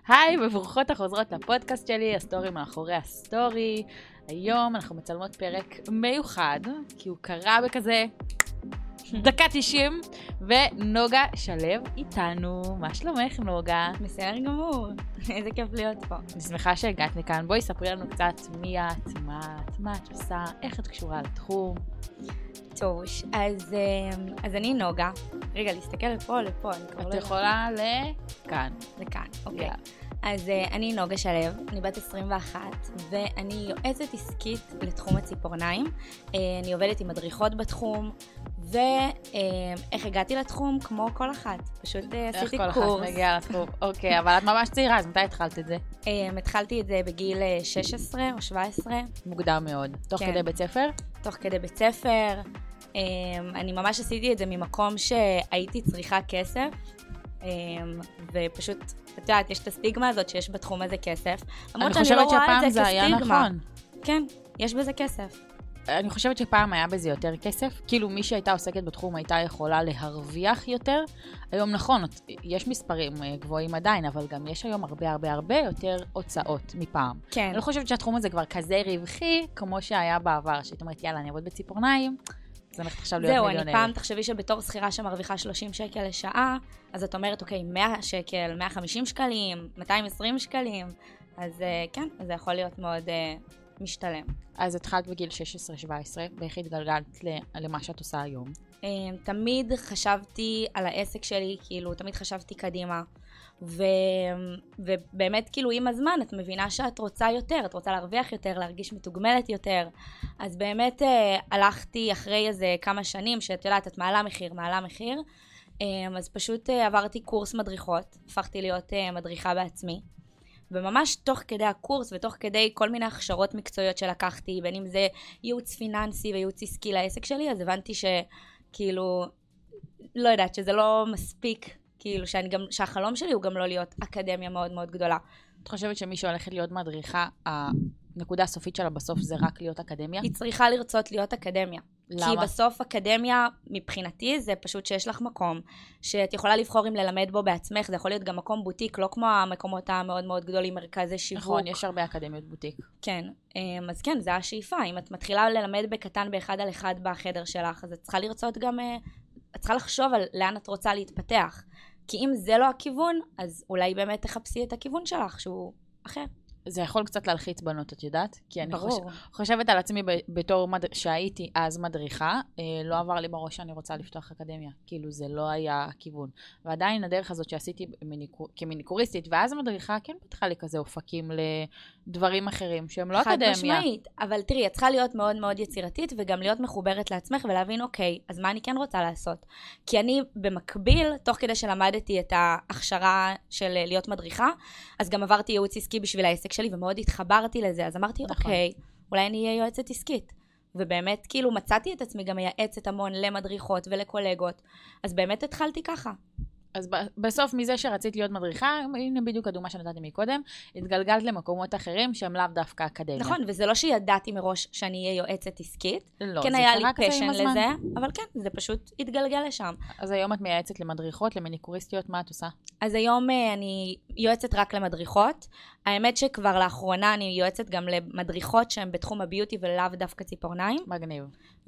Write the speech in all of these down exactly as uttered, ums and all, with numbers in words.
היי וברוכות החוזרות לפודקאסט שלי, הסטורי מאחורי הסטורי. היום אנחנו מצלמות פרק מיוחד, כי הוא קרה בכזה דקה תשעים, ונוגה שלו איתנו. מה שלומך נוגה? בסדר גמור, איזה כיף להיות פה. אני שמחה שהגעת לכאן. בואי ספרי לנו קצת מי את, מה את, מה את עושה, איך את קשורה לתחום. טוב, אז, אז אני נוגה. רגע, להסתכל לפה, לפה. את יכולה לכאן. לכאן, אוקיי. Yeah. אז אני נוגה שלו, אני בת עשרים ואחת, ואני יועצת עסקית לתחום הציפורניים. אני עובדת עם מדריכות בתחום, ואיך הגעתי לתחום? כמו כל אחת. פשוט עשיתי קורס. איך כל אחת מגיעה לתחום? אוקיי, אבל את ממש צעירה, אז מתי התחלת את זה? התחלתי את זה בגיל שש עשרה או שבע עשרה. מוקדם מאוד. תוך כדי בית ספר? תוך כדי בית ספר. אני ממש עשיתי את זה ממקום שהייתי צריכה כסף, ופשוט, את יודעת, יש את הסטיגמה הזאת שיש בתחום הזה כסף. אני חושבת שפעם זה היה נכון. כן, יש בזה כסף. אני חושבת שפעם היה בזה יותר כסף, כאילו מי שהייתה עוסקת בתחום הייתה יכולה להרוויח יותר. היום נכון, יש מספרים גבוהים עדיין, אבל גם יש היום הרבה הרבה הרבה יותר הוצאות מפעם. כן. אני לא חושבת שהתחום הזה כבר כזה רווחי, כמו שהיה בעבר, שהיית אומרת, יאללה, אני אעבוד בציפורניים, אז אני הולכת עכשיו להיות מיליונרת. זהו, אני פעם תחשבי שבתור שכירה שמרוויחה שלושים שקל לשעה, אז את אומרת, אוקיי, מאה שקל, מאה וחמישים שקלים, מאתיים ועשרים שקלים, אז כן, זה יכול להיות מאוד משתלם. אז התחלת בגיל שש עשרה שבע עשרה, ואיך התגלגלת למה שאת עושה היום? תמיד חשבתי על העסק שלי, כאילו, תמיד חשבתי קדימה. ו... ובאמת כאילו עם הזמן את מבינה שאת רוצה יותר, את רוצה להרוויח יותר, להרגיש מתוגמלת יותר. אז באמת אה, הלכתי אחרי איזה כמה שנים שאת יודעת, את מעלה מחיר, מעלה מחיר. אה, אז פשוט אה, עברתי קורס מדריכות, הפכתי להיות אה, מדריכה בעצמי. וממש תוך כדי הקורס ותוך כדי כל מיני הכשרות מקצועיות שלקחתי, בין אם זה ייעוץ פיננסי וייעוץ עסקי לעסק שלי, אז הבנתי שכאילו, לא יודעת, שזה לא מספיק, כאילו שאני גם, שהחלום שלי הוא גם לא להיות אקדמיה מאוד מאוד גדולה. את חושבת שמי שהולכת להיות מדריכה, הנקודה הסופית שלה בסוף זה רק להיות אקדמיה? היא צריכה לרצות להיות אקדמיה. למה? כי בסוף אקדמיה, מבחינתי, זה פשוט שיש לך מקום, שאת יכולה לבחור אם ללמד בו בעצמך, זה יכול להיות גם מקום בוטיק, לא כמו המקומות המאוד מאוד גדולים, מרכזי שיווק. נכון, יש הרבה אקדמיות בוטיק. כן, אז כן, זה השאיפה. אם את מתחילה ללמד בקטן באחד על אחד בחדר שלך, אז את צריכה לרצות גם, את צריכה לחשוב על לאן את רוצה להתפתח. כי אם זה לא הכיוון, אז אולי באמת תחפשי את הכיוון שלך, שהוא אחר. זה יכול קצת להלחיץ בנות, את יודעת? כי אני ברור. חוש... חושבת על עצמי ב... בתור מד... שהייתי אז מדריכה, אה, לא עבר לי בראש שאני רוצה לפתוח אקדמיה. כאילו זה לא היה הכיוון. ועדיין הדרך הזאת שעשיתי במניקור... כמניקוריסטית, ואז המדריכה כן פתחה לי כזה אופקים לדברים אחרים, שהם לא אקדמיה. חד משמעית, אבל תראי, את צריכה להיות מאוד מאוד יצירתית, וגם להיות מחוברת לעצמך, ולהבין, אוקיי, אז מה אני כן רוצה לעשות? כי אני במקביל, תוך כדי שלמדתי את ההכשרה של להיות מדריכה, אז גם עברתי ייעוץ עסקי בשביל העסק שלי, ומאוד התחברתי לזה, אז אמרתי, נכון. אוקיי, אולי אני אהיה יועצת עסקית. ובאמת, כאילו, מצאתי את עצמי גם מייעצת המון למדריכות ולקולגות, אז באמת התחלתי ככה. אז בסוף מזה שרצית להיות מדריכה, הנה בדיוק הדוגמה שנתתי מקודם, התגלגלת למקומות אחרים שהם לאו דווקא אקדמיה. נכון, וזה לא שידעתי מראש שאני אהיה יועצת עסקית, לא, כן היה לי פשן לזה, אבל כן, זה פשוט התגלגל לשם. אז היום את מייעצת למדריכות, למניקוריסטיות, מה את עושה? אז היום אני יועצת רק למדריכות, האמת שכבר לאחרונה אני יועצת גם למדריכות שהן בתחום הביוטי ולאו דווקא ציפורניים. מגניב.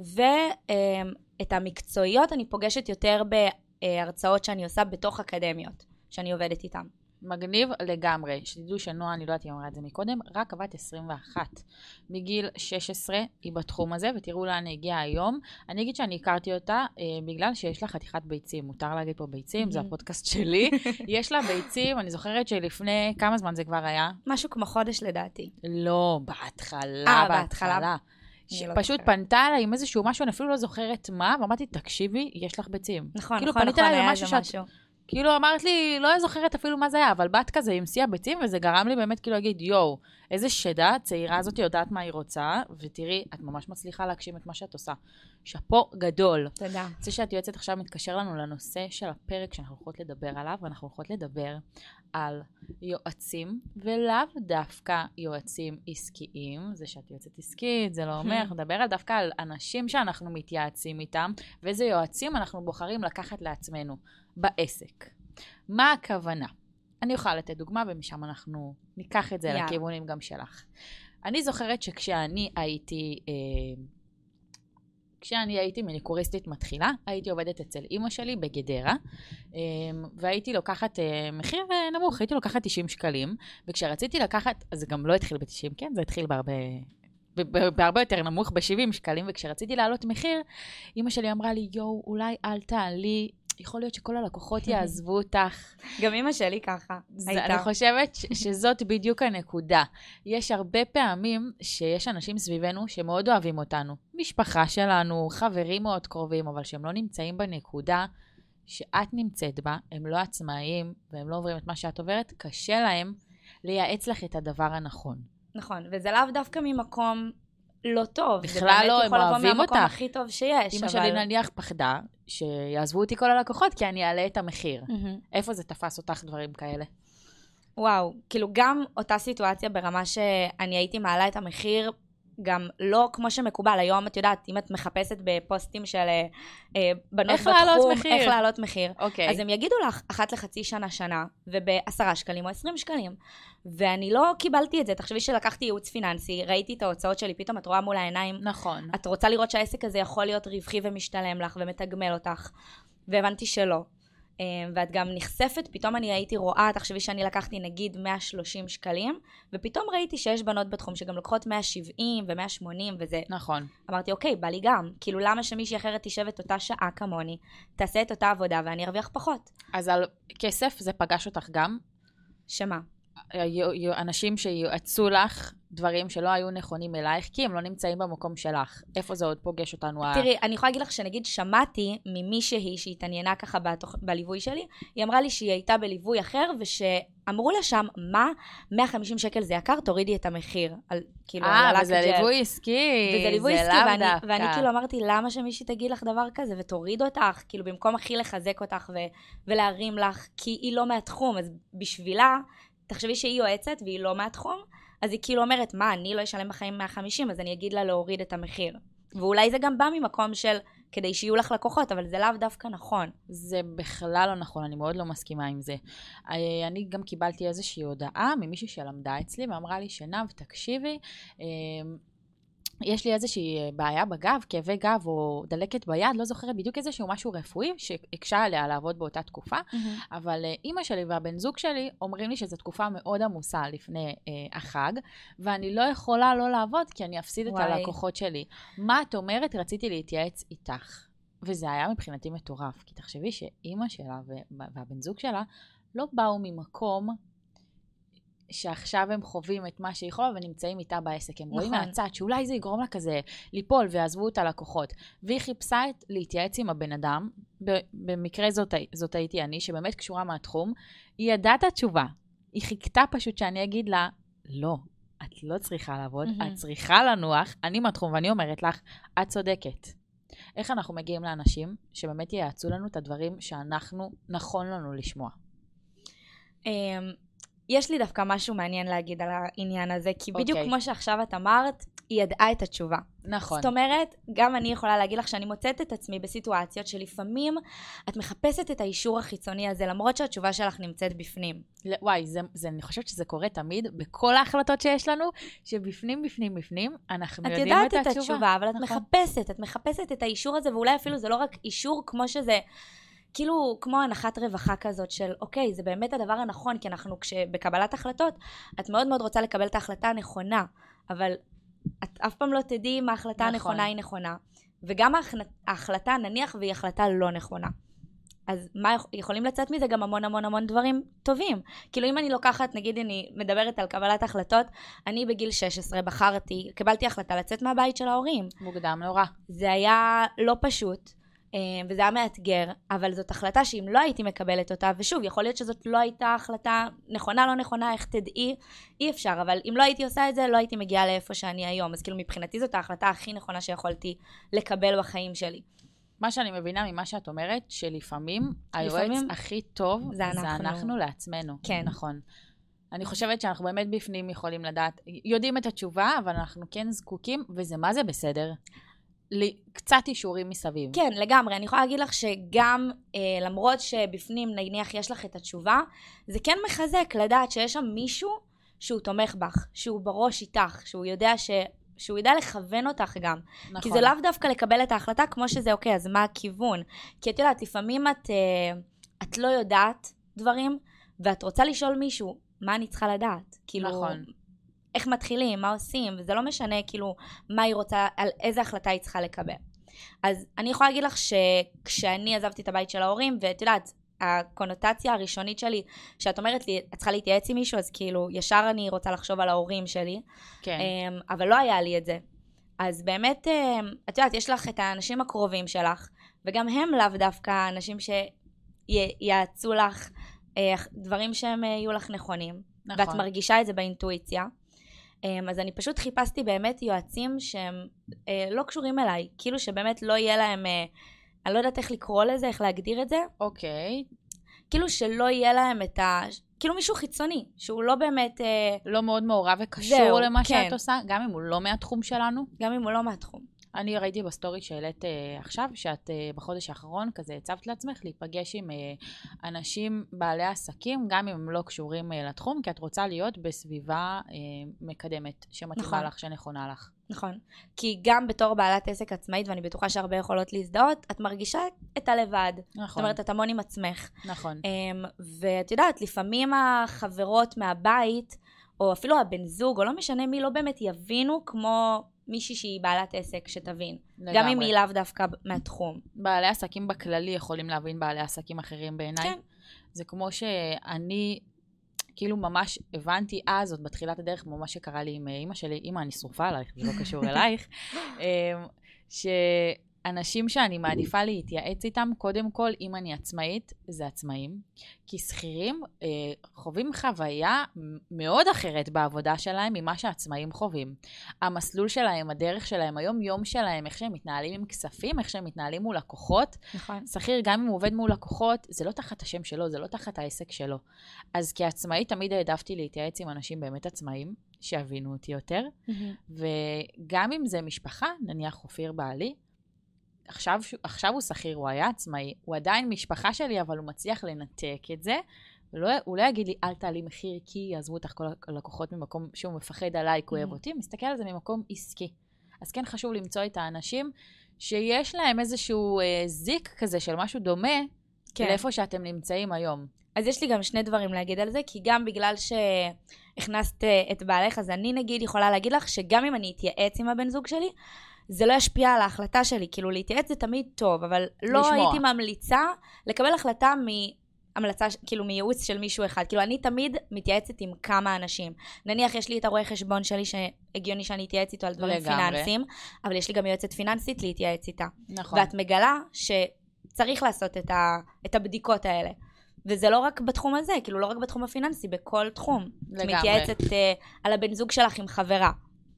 ואת המקצועיות אני פוגשת יותר ב... הרצאות שאני עושה בתוך אקדמיות, שאני עובדת איתן. מגניב לגמרי. שתדעו שנועה, אני לא יודעת אם אמרה את זה מקודם, רק בת עשרים ואחת. מגיל שש עשרה היא בתחום הזה, ותראו לאן הגיעה היום. אני אגיד שאני הכרתי אותה אה, בגלל שיש לה חתיכת ביצים. מותר להגיד פה ביצים, זה הפודקאסט שלי. יש לה ביצים, אני זוכרת שלפני כמה זמן זה כבר היה? משהו כמו חודש לדעתי. לא, בהתחלה, אה, בהתחלה. בהתחלה. שפשוט פנתה עליי עם איזשהו משהו, אני אפילו לא זוכרת מה, ואמרתי, תקשיבי, יש לך ביצים. נכון, כאילו, נכון, נכון, היה זה משהו. כאילו אמרת לי, לא זוכרת אפילו מה זה היה, אבל בת כזה עם שיא הביצים, וזה גרם לי באמת כאילו להגיד, יואו, איזה שדה, צעירה הזאת יודעת מה היא רוצה, ותראי, את ממש מצליחה להגשים את מה שאת עושה. שפו גדול. תודה. זה שאת יועצת עכשיו מתקשר לנו לנושא של הפרק שאנחנו הולכות לדבר עליו, ואנחנו הולכות לדבר על יועצים, ולאו דווקא יועצים עסקיים, זה שאת יועצת עסקית, זה לא אומר, אנחנו נדבר על דווקא על אנשים שאנחנו מתייעצים איתם, ואיזה יועצים אנחנו בוחרים לקחת לעצמנו בעסק. מה הכוונה? אני יכולה לתת דוגמה, ומשם אנחנו ניקח את זה יאללה. לכיוונים גם שלך. אני זוכרת שכשאני הייתי, אה, כשאני הייתי מניקוריסטית מתחילה, הייתי עובדת אצל אמא שלי בגדרה, אה, והייתי לוקחת אה, מחיר נמוך, הייתי לוקחת תשעים שקלים, וכשרציתי לקחת, אז זה גם לא התחיל ב-תשעים, כן? זה התחיל בהרבה... בהרבה יותר נמוך, ב-שבעים שקלים, וכשרציתי לעלות מחיר, אמא שלי אמרה לי, יואו, אולי אל תעלי, יכול להיות שכל הלקוחות יעזבו אותך. גם אמא שלי ככה, הייתה. אני חושבת ש- שזאת בדיוק הנקודה. יש הרבה פעמים שיש אנשים סביבנו שמאוד אוהבים אותנו. משפחה שלנו, חברים מאוד קרובים, אבל שהם לא נמצאים בנקודה שאת נמצאת בה, הם לא עצמאיים, והם לא עוברים את מה שאת עוברת, קשה להם לייעץ לך את הדבר הנכון. נכון, וזה לאו דווקא ממקום לא טוב. בכלל לא, הם אוהבים אותך. זה באמת יכול לבוא מהמקום הכי טוב שיש. אמא שלי נניח פחדה שיעזבו אותי כל הלקוחות, כי אני אעלה את המחיר. איפה זה תפס אותך דברים כאלה? וואו, כאילו גם אותה סיטואציה ברמה שאני הייתי מעלה את המחיר, גם לא כמו שמקובל. היום את יודעת, אם את מחפשת בפוסטים של אה, בנות איך בתחום, לעלות מחיר. איך לעלות מחיר. אוקיי. אז הם יגידו לך אחת לחצי שנה שנה, ובעשרה שקלים או עשרים שקלים. ואני לא קיבלתי את זה. תחשבי שלקחתי ייעוץ פיננסי, ראיתי את ההוצאות שלי, פתאום את רואה מול העיניים. נכון. את רוצה לראות שהעסק הזה יכול להיות רווחי ומשתלם לך ומתגמל אותך. והבנתי שלא. ואת גם נחשפת, פתאום אני הייתי רואה, תחשבי שאני לקחתי נגיד מאה ושלושים שקלים, ופתאום ראיתי שיש בנות בתחום שגם לוקחות מאה ושבעים ו-מאה ושמונים וזה. נכון. אמרתי, אוקיי, בא לי גם. כאילו, למה שמישהי אחרת תשב את אותה שעה כמוני, תעשה את אותה עבודה ואני ארוויח פחות? אז על כסף זה פגש אותך גם? שמה? אנשים שיועצו לך דברים שלא היו נכונים אלייך, כי הם לא נמצאים במקום שלך. איפה זה עוד פוגש אותנו? תראי, אני יכולה להגיד לך שנגיד שמעתי ממישהי שהתעניינה ככה בתוך, בליווי שלי, היא אמרה לי שהיא הייתה בליווי אחר, ושאמרו לה שם, מה? מאה וחמישים שקל זה יקר, תורידי את המחיר. על, כאילו, אה, וזה ליווי עסקי. וזה ליווי זה עסקי, לאו ואני, דווקא. ואני כאילו אמרתי, למה שמישהי תגיד לך דבר כזה, ותוריד אותך, כאילו במקום הכי לחזק אותך ו, ולהרים לך, כי היא לא מהתחום, אז בשבילה, תחשבי שהיא יועצת והיא לא מהתחום, אז היא כאילו אומרת, מה, אני לא אשלם בחיים מאה וחמישים, אז אני אגיד לה להוריד את המחיר. ואולי זה גם בא ממקום של, כדי שיהיו לך לקוחות, אבל זה לאו דווקא נכון. זה בכלל לא נכון, אני מאוד לא מסכימה עם זה. אני גם קיבלתי איזושהי הודעה ממישהי שלמדה אצלי, ואמרה לי, שנב, תקשיבי, יש לי איזושהי בעיה בגב, כאבי גב או דלקת ביד, לא זוכרת בדיוק איזשהו משהו רפואי שהקשה עליה לעבוד באותה תקופה, mm-hmm. אבל אמא שלי והבן זוג שלי אומרים לי שזו תקופה מאוד עמוסה לפני אה, החג, ואני לא יכולה לא לעבוד כי אני אפסיד וואי. את הלקוחות שלי. מה את אומרת? רציתי להתייעץ איתך. וזה היה מבחינתי מטורף, כי תחשבי שאמא שלה והבן זוג שלה לא באו ממקום שעכשיו הם חווים את מה שהיא יכולה ונמצאים איתה בעסק. הם נכון. רואים מהצד שאולי זה יגרום לה כזה ליפול ועזבו את הלקוחות. והיא חיפשה את להתייעץ עם הבן אדם, במקרה זאת, זאת הייתי אני, שבאמת קשורה מהתחום, היא ידעה את התשובה. היא חיכתה פשוט שאני אגיד לה, לא, את לא צריכה לעבוד, mm-hmm. את צריכה לנוח, אני מהתחום ואני אומרת לך, את צודקת. איך אנחנו מגיעים לאנשים שבאמת ייעצו לנו את הדברים שאנחנו נכון לנו לשמוע? יש לי דווקא משהו מעניין להגיד על העניין הזה, כי בדיוק okay. כמו שעכשיו את אמרת, היא ידעה את התשובה. נכון. זאת אומרת, גם אני יכולה להגיד לך שאני מוצאת את עצמי בסיטואציות שלפעמים את מחפשת את האישור החיצוני הזה, למרות שהתשובה שלך נמצאת בפנים. וואי, זה, זה, אני חושבת שזה קורה תמיד בכל ההחלטות שיש לנו, שבפנים, בפנים, בפנים, אנחנו יודעים את התשובה. את יודעת את התשובה, אבל נכון. את מחפשת, את מחפשת את האישור הזה, ואולי אפילו זה לא רק אישור כמו שזה... כאילו כמו הנחת רווחה כזאת של, אוקיי, זה באמת הדבר הנכון, כי אנחנו כשבקבלת החלטות, את מאוד מאוד רוצה לקבל את ההחלטה הנכונה, אבל את אף פעם לא תדעי אם ההחלטה נכון. הנכונה היא נכונה, וגם ההחלטה נניח והיא החלטה לא נכונה. אז מה יכולים לצאת מזה גם המון המון המון דברים טובים. כאילו אם אני לוקחת, נגיד אני מדברת על קבלת החלטות, אני בגיל שש עשרה בחרתי, קיבלתי החלטה לצאת מהבית של ההורים. מוקדם נורא. זה היה לא פשוט. וזה היה מאתגר, אבל זאת החלטה שאם לא הייתי מקבלת אותה, ושוב, יכול להיות שזאת לא הייתה החלטה נכונה, לא נכונה, איך תדעי, אי אפשר, אבל אם לא הייתי עושה את זה, לא הייתי מגיעה לאיפה שאני היום, אז כאילו מבחינתי זאת ההחלטה הכי נכונה שיכולתי לקבל בחיים שלי. מה שאני מבינה ממה שאת אומרת, שלפעמים היועץ הכי טוב זה אנחנו, זה אנחנו לעצמנו. כן. נכון. אני חושבת שאנחנו באמת בפנים יכולים לדעת, יודעים את התשובה, אבל אנחנו כן זקוקים, וזה מה זה בסדר? קצת אישורים מסביב. כן, לגמרי. אני יכולה להגיד לך שגם אה, למרות שבפנים נניח יש לך את התשובה, זה כן מחזק לדעת שיש שם מישהו שהוא תומך בך, שהוא בראש איתך, שהוא יודע ש... שהוא ידע לכוון אותך גם. נכון. כי זה לאו דווקא לקבל את ההחלטה כמו שזה, אוקיי, אז מה הכיוון? כי את יודעת, לפעמים את, אה, את לא יודעת דברים, ואת רוצה לשאול מישהו, מה אני צריכה לדעת? כאילו, נכון. איך מתחילים, מה עושים, וזה לא משנה כאילו מה היא רוצה, על איזה החלטה היא צריכה לקבל. אז אני יכולה להגיד לך שכשאני עזבתי את הבית של ההורים, ואת יודעת, הקונוטציה הראשונית שלי, שאת אומרת לי, את צריכה להתייעץ עם מישהו, אז כאילו ישר אני רוצה לחשוב על ההורים שלי, כן. אבל לא היה לי את זה. אז באמת, את יודעת, יש לך את האנשים הקרובים שלך, וגם הם לאו דווקא אנשים שיעצו לך דברים שהם יהיו לך נכונים, נכון. ואת מרגישה את זה באינטואיציה. אז אני פשוט חיפשתי באמת יועצים שהם לא קשורים אליי, כאילו שבאמת לא יהיה להם, אני לא יודעת איך לקרוא לזה, איך להגדיר את זה. אוקיי. כאילו שלא יהיה להם את ה... כאילו מישהו חיצוני, שהוא לא באמת... לא מאוד מעורב וקשור זהו, למה כן. שאת עושה, גם אם הוא לא מהתחום שלנו. גם אם הוא לא מהתחום. אני ראיתי בסטורי שהעלית uh, עכשיו, שאת uh, בחודש האחרון כזה הצבת לעצמך להיפגש עם uh, אנשים בעלי עסקים, גם אם הם לא קשורים uh, לתחום, כי את רוצה להיות בסביבה uh, מקדמת, שמתאימה נכון. לך, שנכונה לך. נכון. כי גם בתור בעלת עסק עצמאית, ואני בטוחה שהרבה יכולות להזדהות, את מרגישה את הלבד. נכון. זאת אומרת, את המון עם עצמך. נכון. Um, ואת יודעת, לפעמים החברות מהבית, או אפילו הבן זוג, או לא משנה מי, לא באמת יבינו כמו... מישהי שהיא בעלת עסק, שתבין. לגמרי. גם אם היא לאו דווקא מהתחום. בעלי עסקים בכללי יכולים להבין בעלי עסקים אחרים בעיניי. כן. זה כמו שאני, כאילו ממש הבנתי אז, עוד בתחילת הדרך, כמו מה שקרה לי עם אמא שלי, אמא, אני שרופה עלייך, זה לא קשור אלייך, ש... אנשים שאני מעדיפה להתייעץ איתם, קודם כל, אם אני עצמאית, זה עצמאים. כי שכירים אה, חווים חוויה מאוד אחרת בעבודה שלהם ממה שעצמאים חווים. המסלול שלהם, הדרך שלהם, היום יום שלהם, איך שהם מתנהלים עם כספים, איך שהם מתנהלים מול לקוחות. נכון. שכיר, גם אם הוא עובד מול לקוחות, זה לא תחת השם שלו, זה לא תחת העסק שלו. אז כעצמאית תמיד העדפתי להתייעץ עם אנשים באמת עצמאים, שיבינו אותי יותר. Mm-hmm. וגם אם זה משפחה, נניח אופיר בעלי, עכשיו, עכשיו הוא שכיר, הוא היה עצמאי, הוא עדיין משפחה שלי, אבל הוא מצליח לנתק את זה, ולא, הוא לא יגיד לי, אל תעלי מחיר, כי יעזבו אותך כל הלקוחות ממקום שהוא מפחד עליי, כי הוא אוהב אותי, מסתכל על זה ממקום עסקי. אז כן חשוב למצוא את האנשים שיש להם איזשהו אה, זיק כזה של משהו דומה, כן. לאיפה שאתם נמצאים היום. אז יש לי גם שני דברים להגיד על זה, כי גם בגלל שהכנסת את בעלך, אז אני נגיד יכולה להגיד לך, שגם אם אני אתייעץ עם הבן זוג שלי, זה לא ישפיע על ההחלטה שלי, כאילו להתייעץ זה תמיד טוב, אבל לא לשמוע. הייתי ממליצה לקבל החלטה מהמלצה, כאילו מייעוץ של מישהו אחד, כאילו אני תמיד מתייעצת עם כמה אנשים, נניח יש לי את הרואה חשבון שלי שהגיוני שאני אתייעץ איתו על דברים לגמרי. פיננסיים, אבל יש לי גם יועצת פיננסית להתייעץ איתה, נכון. ואת מגלה שצריך לעשות את, ה, את הבדיקות האלה, וזה לא רק בתחום הזה, כאילו לא רק בתחום הפיננסי, בכל תחום, לגמרי. את מתייעצת uh, על הבן זוג שלך עם חברה,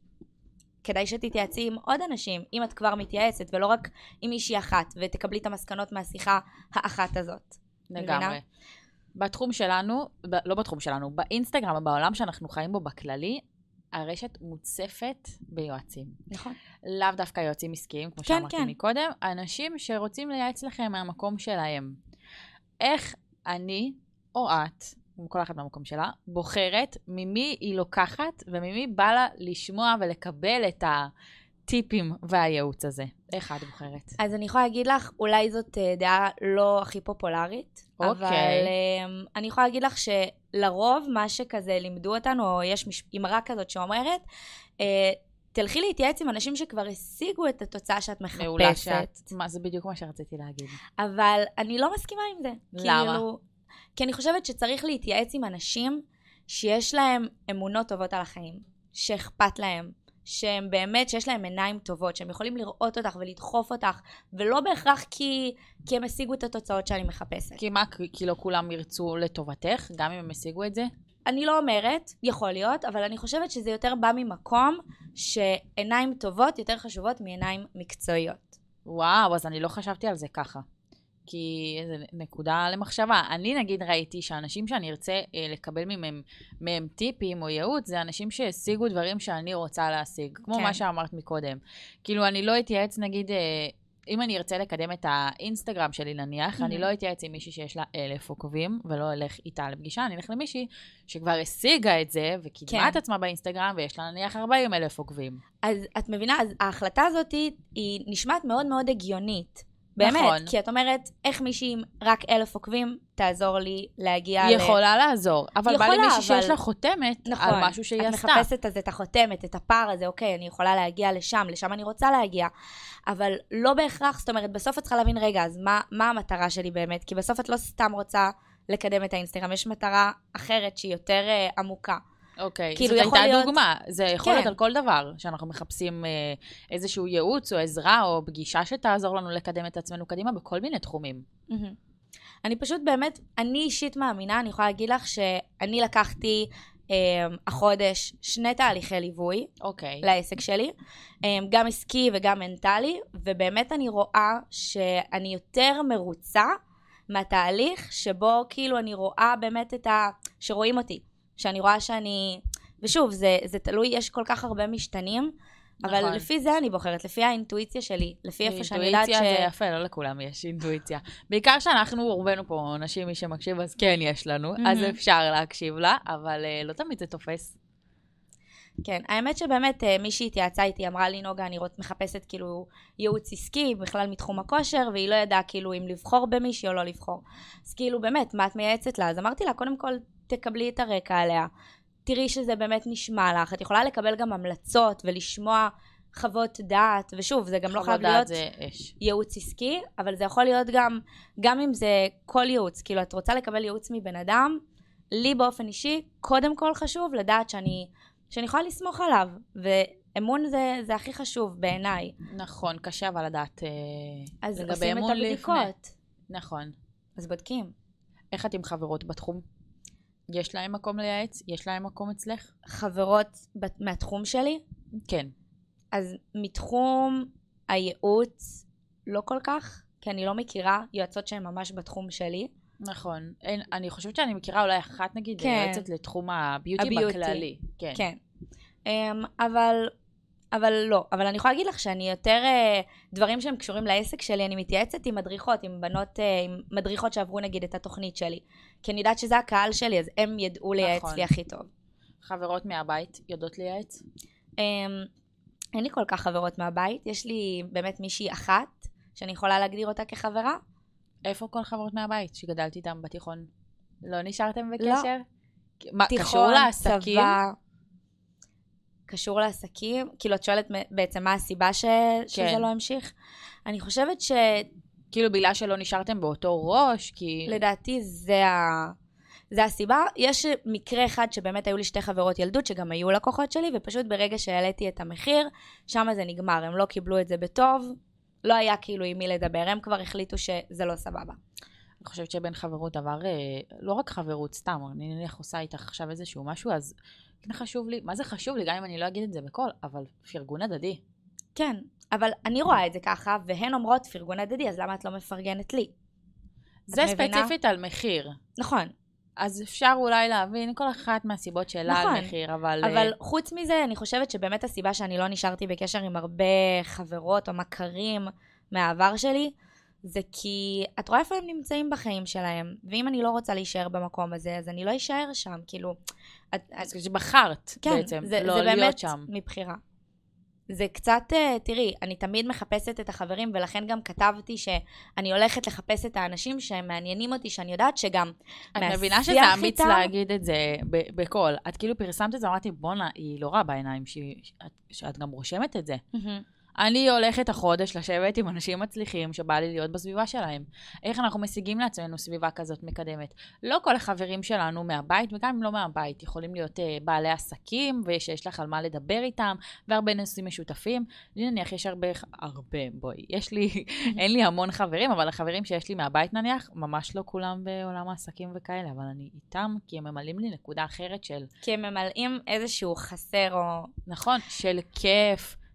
כדאי שתתייעצי עם עוד אנשים, אם את כבר מתייעצת, ולא רק עם מישהי אחת, ותקבלי את המסקנות מהשיחה האחת הזאת. לגמרי. מבינה? בתחום שלנו, ב- לא בתחום שלנו, באינסטגרם, בעולם שאנחנו חיים בו בכללי, הרשת מוצפת ביועצים. נכון. לאו דווקא יועצים עסקיים, כמו כן, שאמרתי כן. מקודם, אנשים שרוצים לייעץ לכם מהמקום שלהם. איך אני או את, כל אחת במקום שלה, בוחרת ממי היא לוקחת וממי בא לה לשמוע ולקבל את הטיפים והייעוץ הזה. איך את בוחרת? אז אני יכולה להגיד לך, אולי זאת דעה לא הכי פופולרית, אוקיי. אבל um, אני יכולה להגיד לך שלרוב מה שכזה לימדו אותנו, או יש אמרה כזאת שאומרת, uh, תלכי להתייעץ עם אנשים שכבר השיגו את התוצאה שאת מחפשת. מעולה שאת, מה, זה בדיוק מה שרציתי להגיד. אבל אני לא מסכימה עם זה. למה? כאילו, כי אני חושבת שצריך להתייעץ עם אנשים שיש להם אמונות טובות על החיים, שאכפת להם, שהם באמת, שיש להם עיניים טובות, שהם יכולים לראות אותך ולדחוף אותך, ולא בהכרח כי, כי הם השיגו את התוצאות שאני מחפשת. כי מה, כי לא כולם ירצו לטובתך, גם אם הם השיגו את זה? אני לא אומרת, יכול להיות, אבל אני חושבת שזה יותר בא ממקום שעיניים טובות יותר חשובות מעיניים מקצועיות. וואו, אז אני לא חשבתי על זה ככה. כי איזו נקודה למחשבה. אני נגיד ראיתי שאנשים שאני ארצה אה, לקבל מהם, מהם טיפים או ייעוץ, זה אנשים שהשיגו דברים שאני רוצה להשיג, כמו כן. מה שאמרת מקודם. כאילו, אני לא אתייעץ, נגיד, אה, אם אני ארצה לקדם את האינסטגרם שלי נניח, אני לא אתייעץ עם מישהי שיש לה אלף עוקבים, ולא אלך איתה לפגישה, אני אלך למישהי שכבר השיגה את זה, וקידמה את עצמה באינסטגרם, ויש לה נניח ארבעים אלף עוקבים. אז את מבינה, אז ההחלטה הזאת היא נשמעת מאוד מאוד הגיונית. באמת, נכון. כי את אומרת, איך מישהי עם רק אלף עוקבים תעזור לי להגיע היא ל... יכולה לעזור, אבל בא לי מישהי אבל... שיש לה חותמת נכון, על משהו שהיא את עשתה. את מחפשת אז את החותמת, את הפער הזה, אוקיי, אני יכולה להגיע לשם, לשם אני רוצה להגיע, אבל לא בהכרח, זאת אומרת, בסוף את צריכה להבין, רגע, אז מה, מה המטרה שלי באמת? כי בסוף את לא סתם רוצה לקדם את האינסטגרם, יש מטרה אחרת שהיא יותר uh, עמוקה. אוקיי, כאילו זאת יכול הייתה להיות... דוגמה, זה יכול כן. להיות על כל דבר, שאנחנו מחפשים אה, איזשהו ייעוץ או עזרה או פגישה שתעזור לנו לקדם את עצמנו קדימה בכל מיני תחומים. Mm-hmm. אני פשוט באמת, אני אישית מאמינה, אני יכולה להגיד לך שאני לקחתי אה, החודש שני תהליכי ליווי אוקיי. לעסק שלי, אה, גם עסקי וגם מנטלי, ובאמת אני רואה שאני יותר מרוצה מהתהליך שבו כאילו אני רואה באמת את ה... שרואים אותי. שאני רואה שאני, ושוב, זה, זה תלוי, יש כל כך הרבה משתנים, נכון. אבל לפי זה אני בוחרת, לפי האינטואיציה שלי, לפי איפה שאני יודעת ש... אינטואיציה זה יפה, לא לכולם יש אינטואיציה. בעיקר שאנחנו, רובנו פה נשים, מי שמקשיב, אז כן יש לנו, mm-hmm. אז אפשר להקשיב לה, אבל uh, לא תמיד זה תופס. כן, האמת שבאמת מישהי התייעצה איתי, אמרה לי, נוגה, אני רוצ, מחפשת כאילו ייעוץ עסקי, בכלל מתחום הכושר, והיא לא ידעה כאילו אם לבחור במישהי או לא לבחור. אז כאילו באמת, מה את מייעצת לה? אז אמרתי לה, קודם כל, תקבלי את הרקע עליה, תראי שזה באמת נשמע לך, את יכולה לקבל גם המלצות ולשמוע חוות דעת, ושוב, זה גם לא חייב להיות ייעוץ עסקי, אבל זה יכול להיות גם, גם אם זה כל ייעוץ, כאילו את רוצה לקבל ייעוץ מבן אדם, לי באופן אישי, קודם כל חשוב לדעת שאני, שאני יכולה לסמוך עליו, ואמון זה, זה הכי חשוב בעיניי. נכון, קשה אבל לדעת אז עושים את הבדיקות. נכון. אז בודקים. איך את עם חברות בתחום? יש להם מקום לייעץ? יש להם מקום אצלך? חברות מהתחום שלי? כן. אז מתחום הייעוץ לא כל כך, כי אני לא מכירה יועצות שהן ממש בתחום שלי. נכון. אין, אני חושבת שאני מכירה אולי אחת נגיד, כן. יועצת לתחום הביוטי, הביוטי בכללי. כן. כן. Um, אבל, אבל לא. אבל אני יכולה להגיד לך שאני יותר, uh, דברים שהם קשורים לעסק שלי, אני מתייעצת עם מדריכות, עם בנות, uh, עם מדריכות שעברו נגיד את התוכנית שלי. כי אני יודעת שזה הקהל שלי, אז הם ידעו לייעץ נכון. לי הכי טוב. חברות מהבית יודעות לייעץ? Um, אין לי כל כך חברות מהבית. יש לי באמת מישהי אחת, שאני יכולה להגדיר אותה כחברה. איפה כל חברות מהבית שגדלתי איתם בתיכון? לא נשארתם בקשר? לא. מה, תיכון, קשור לעסקים? צבא, קשור לעסקים? כאילו את שואלת בעצם מה הסיבה ש... כן. שזה לא המשיך? אני חושבת ש... כאילו בגלל שלא נשארתם באותו ראש, כי... לדעתי זה ה... זה הסיבה. יש מקרה אחד שבאמת היו לי שתי חברות ילדות שגם היו לקוחות שלי, ופשוט ברגע שהעליתי את המחיר, שם זה נגמר. הם לא קיבלו את זה בטוב, לא היה כאילו עם מי לדבר, הם כבר החליטו שזה לא סבבה. אני חושבת שבין חברות עבר, לא רק חברות, סתם, אני נניח עושה איתך עכשיו איזשהו משהו, אז כן חשוב לי, מה זה חשוב לי, גם אם אני לא אגיד את זה בכל, אבל פרגון הדדי. כן, אבל אני רואה את זה ככה, והן אומרות פרגון הדדי, אז למה את לא מפרגנת לי? זה ספציפית על מחיר. נכון. אז אפשר אולי להבין כל אחת מהסיבות שלה נכון, על מחיר, אבל... אבל חוץ מזה, אני חושבת שבאמת הסיבה שאני לא נשארתי בקשר עם הרבה חברות או מכרים מהעבר שלי, זה כי את רואה איפה הם נמצאים בחיים שלהם, ואם אני לא רוצה להישאר במקום הזה, אז אני לא אשאר שם, כאילו... את, אז את... שבחרת כן, בעצם, זה, לא זה להיות באמת שם. מבחירה. זה קצת, תראי, אני תמיד מחפשת את החברים, ולכן גם כתבתי שאני הולכת לחפש את האנשים שהם מעניינים אותי, שאני יודעת שגם את מבינה שזה אמיץ איתם... להגיד את זה בכל. את כאילו פרסמת את זה, אמרתי, בונה, היא לא רעה בעיניים, ש... שאת, שאת גם רושמת את זה. אני הולכת החודש לשבת עם אנשים מצליחים שבא לי להיות בסביבה שלהם. איך אנחנו משיגים לעצמנו סביבה כזאת מקדמת? לא כל החברים שלנו מהבית, וגם אם לא מהבית, יכולים להיות uh, בעלי עסקים, ושיש לך על מה לדבר איתם, והרבה נושאים משותפים. לי נניח יש הרבה, הרבה, בואי, יש לי, אין לי המון חברים, אבל החברים שיש לי מהבית נניח, ממש לא כולם בעולם העסקים וכאלה, אבל אני איתם, כי הם ממלאים לי נקודה אחרת של... כי הם ממלאים איזשהו חסר או... נכון, של כיף,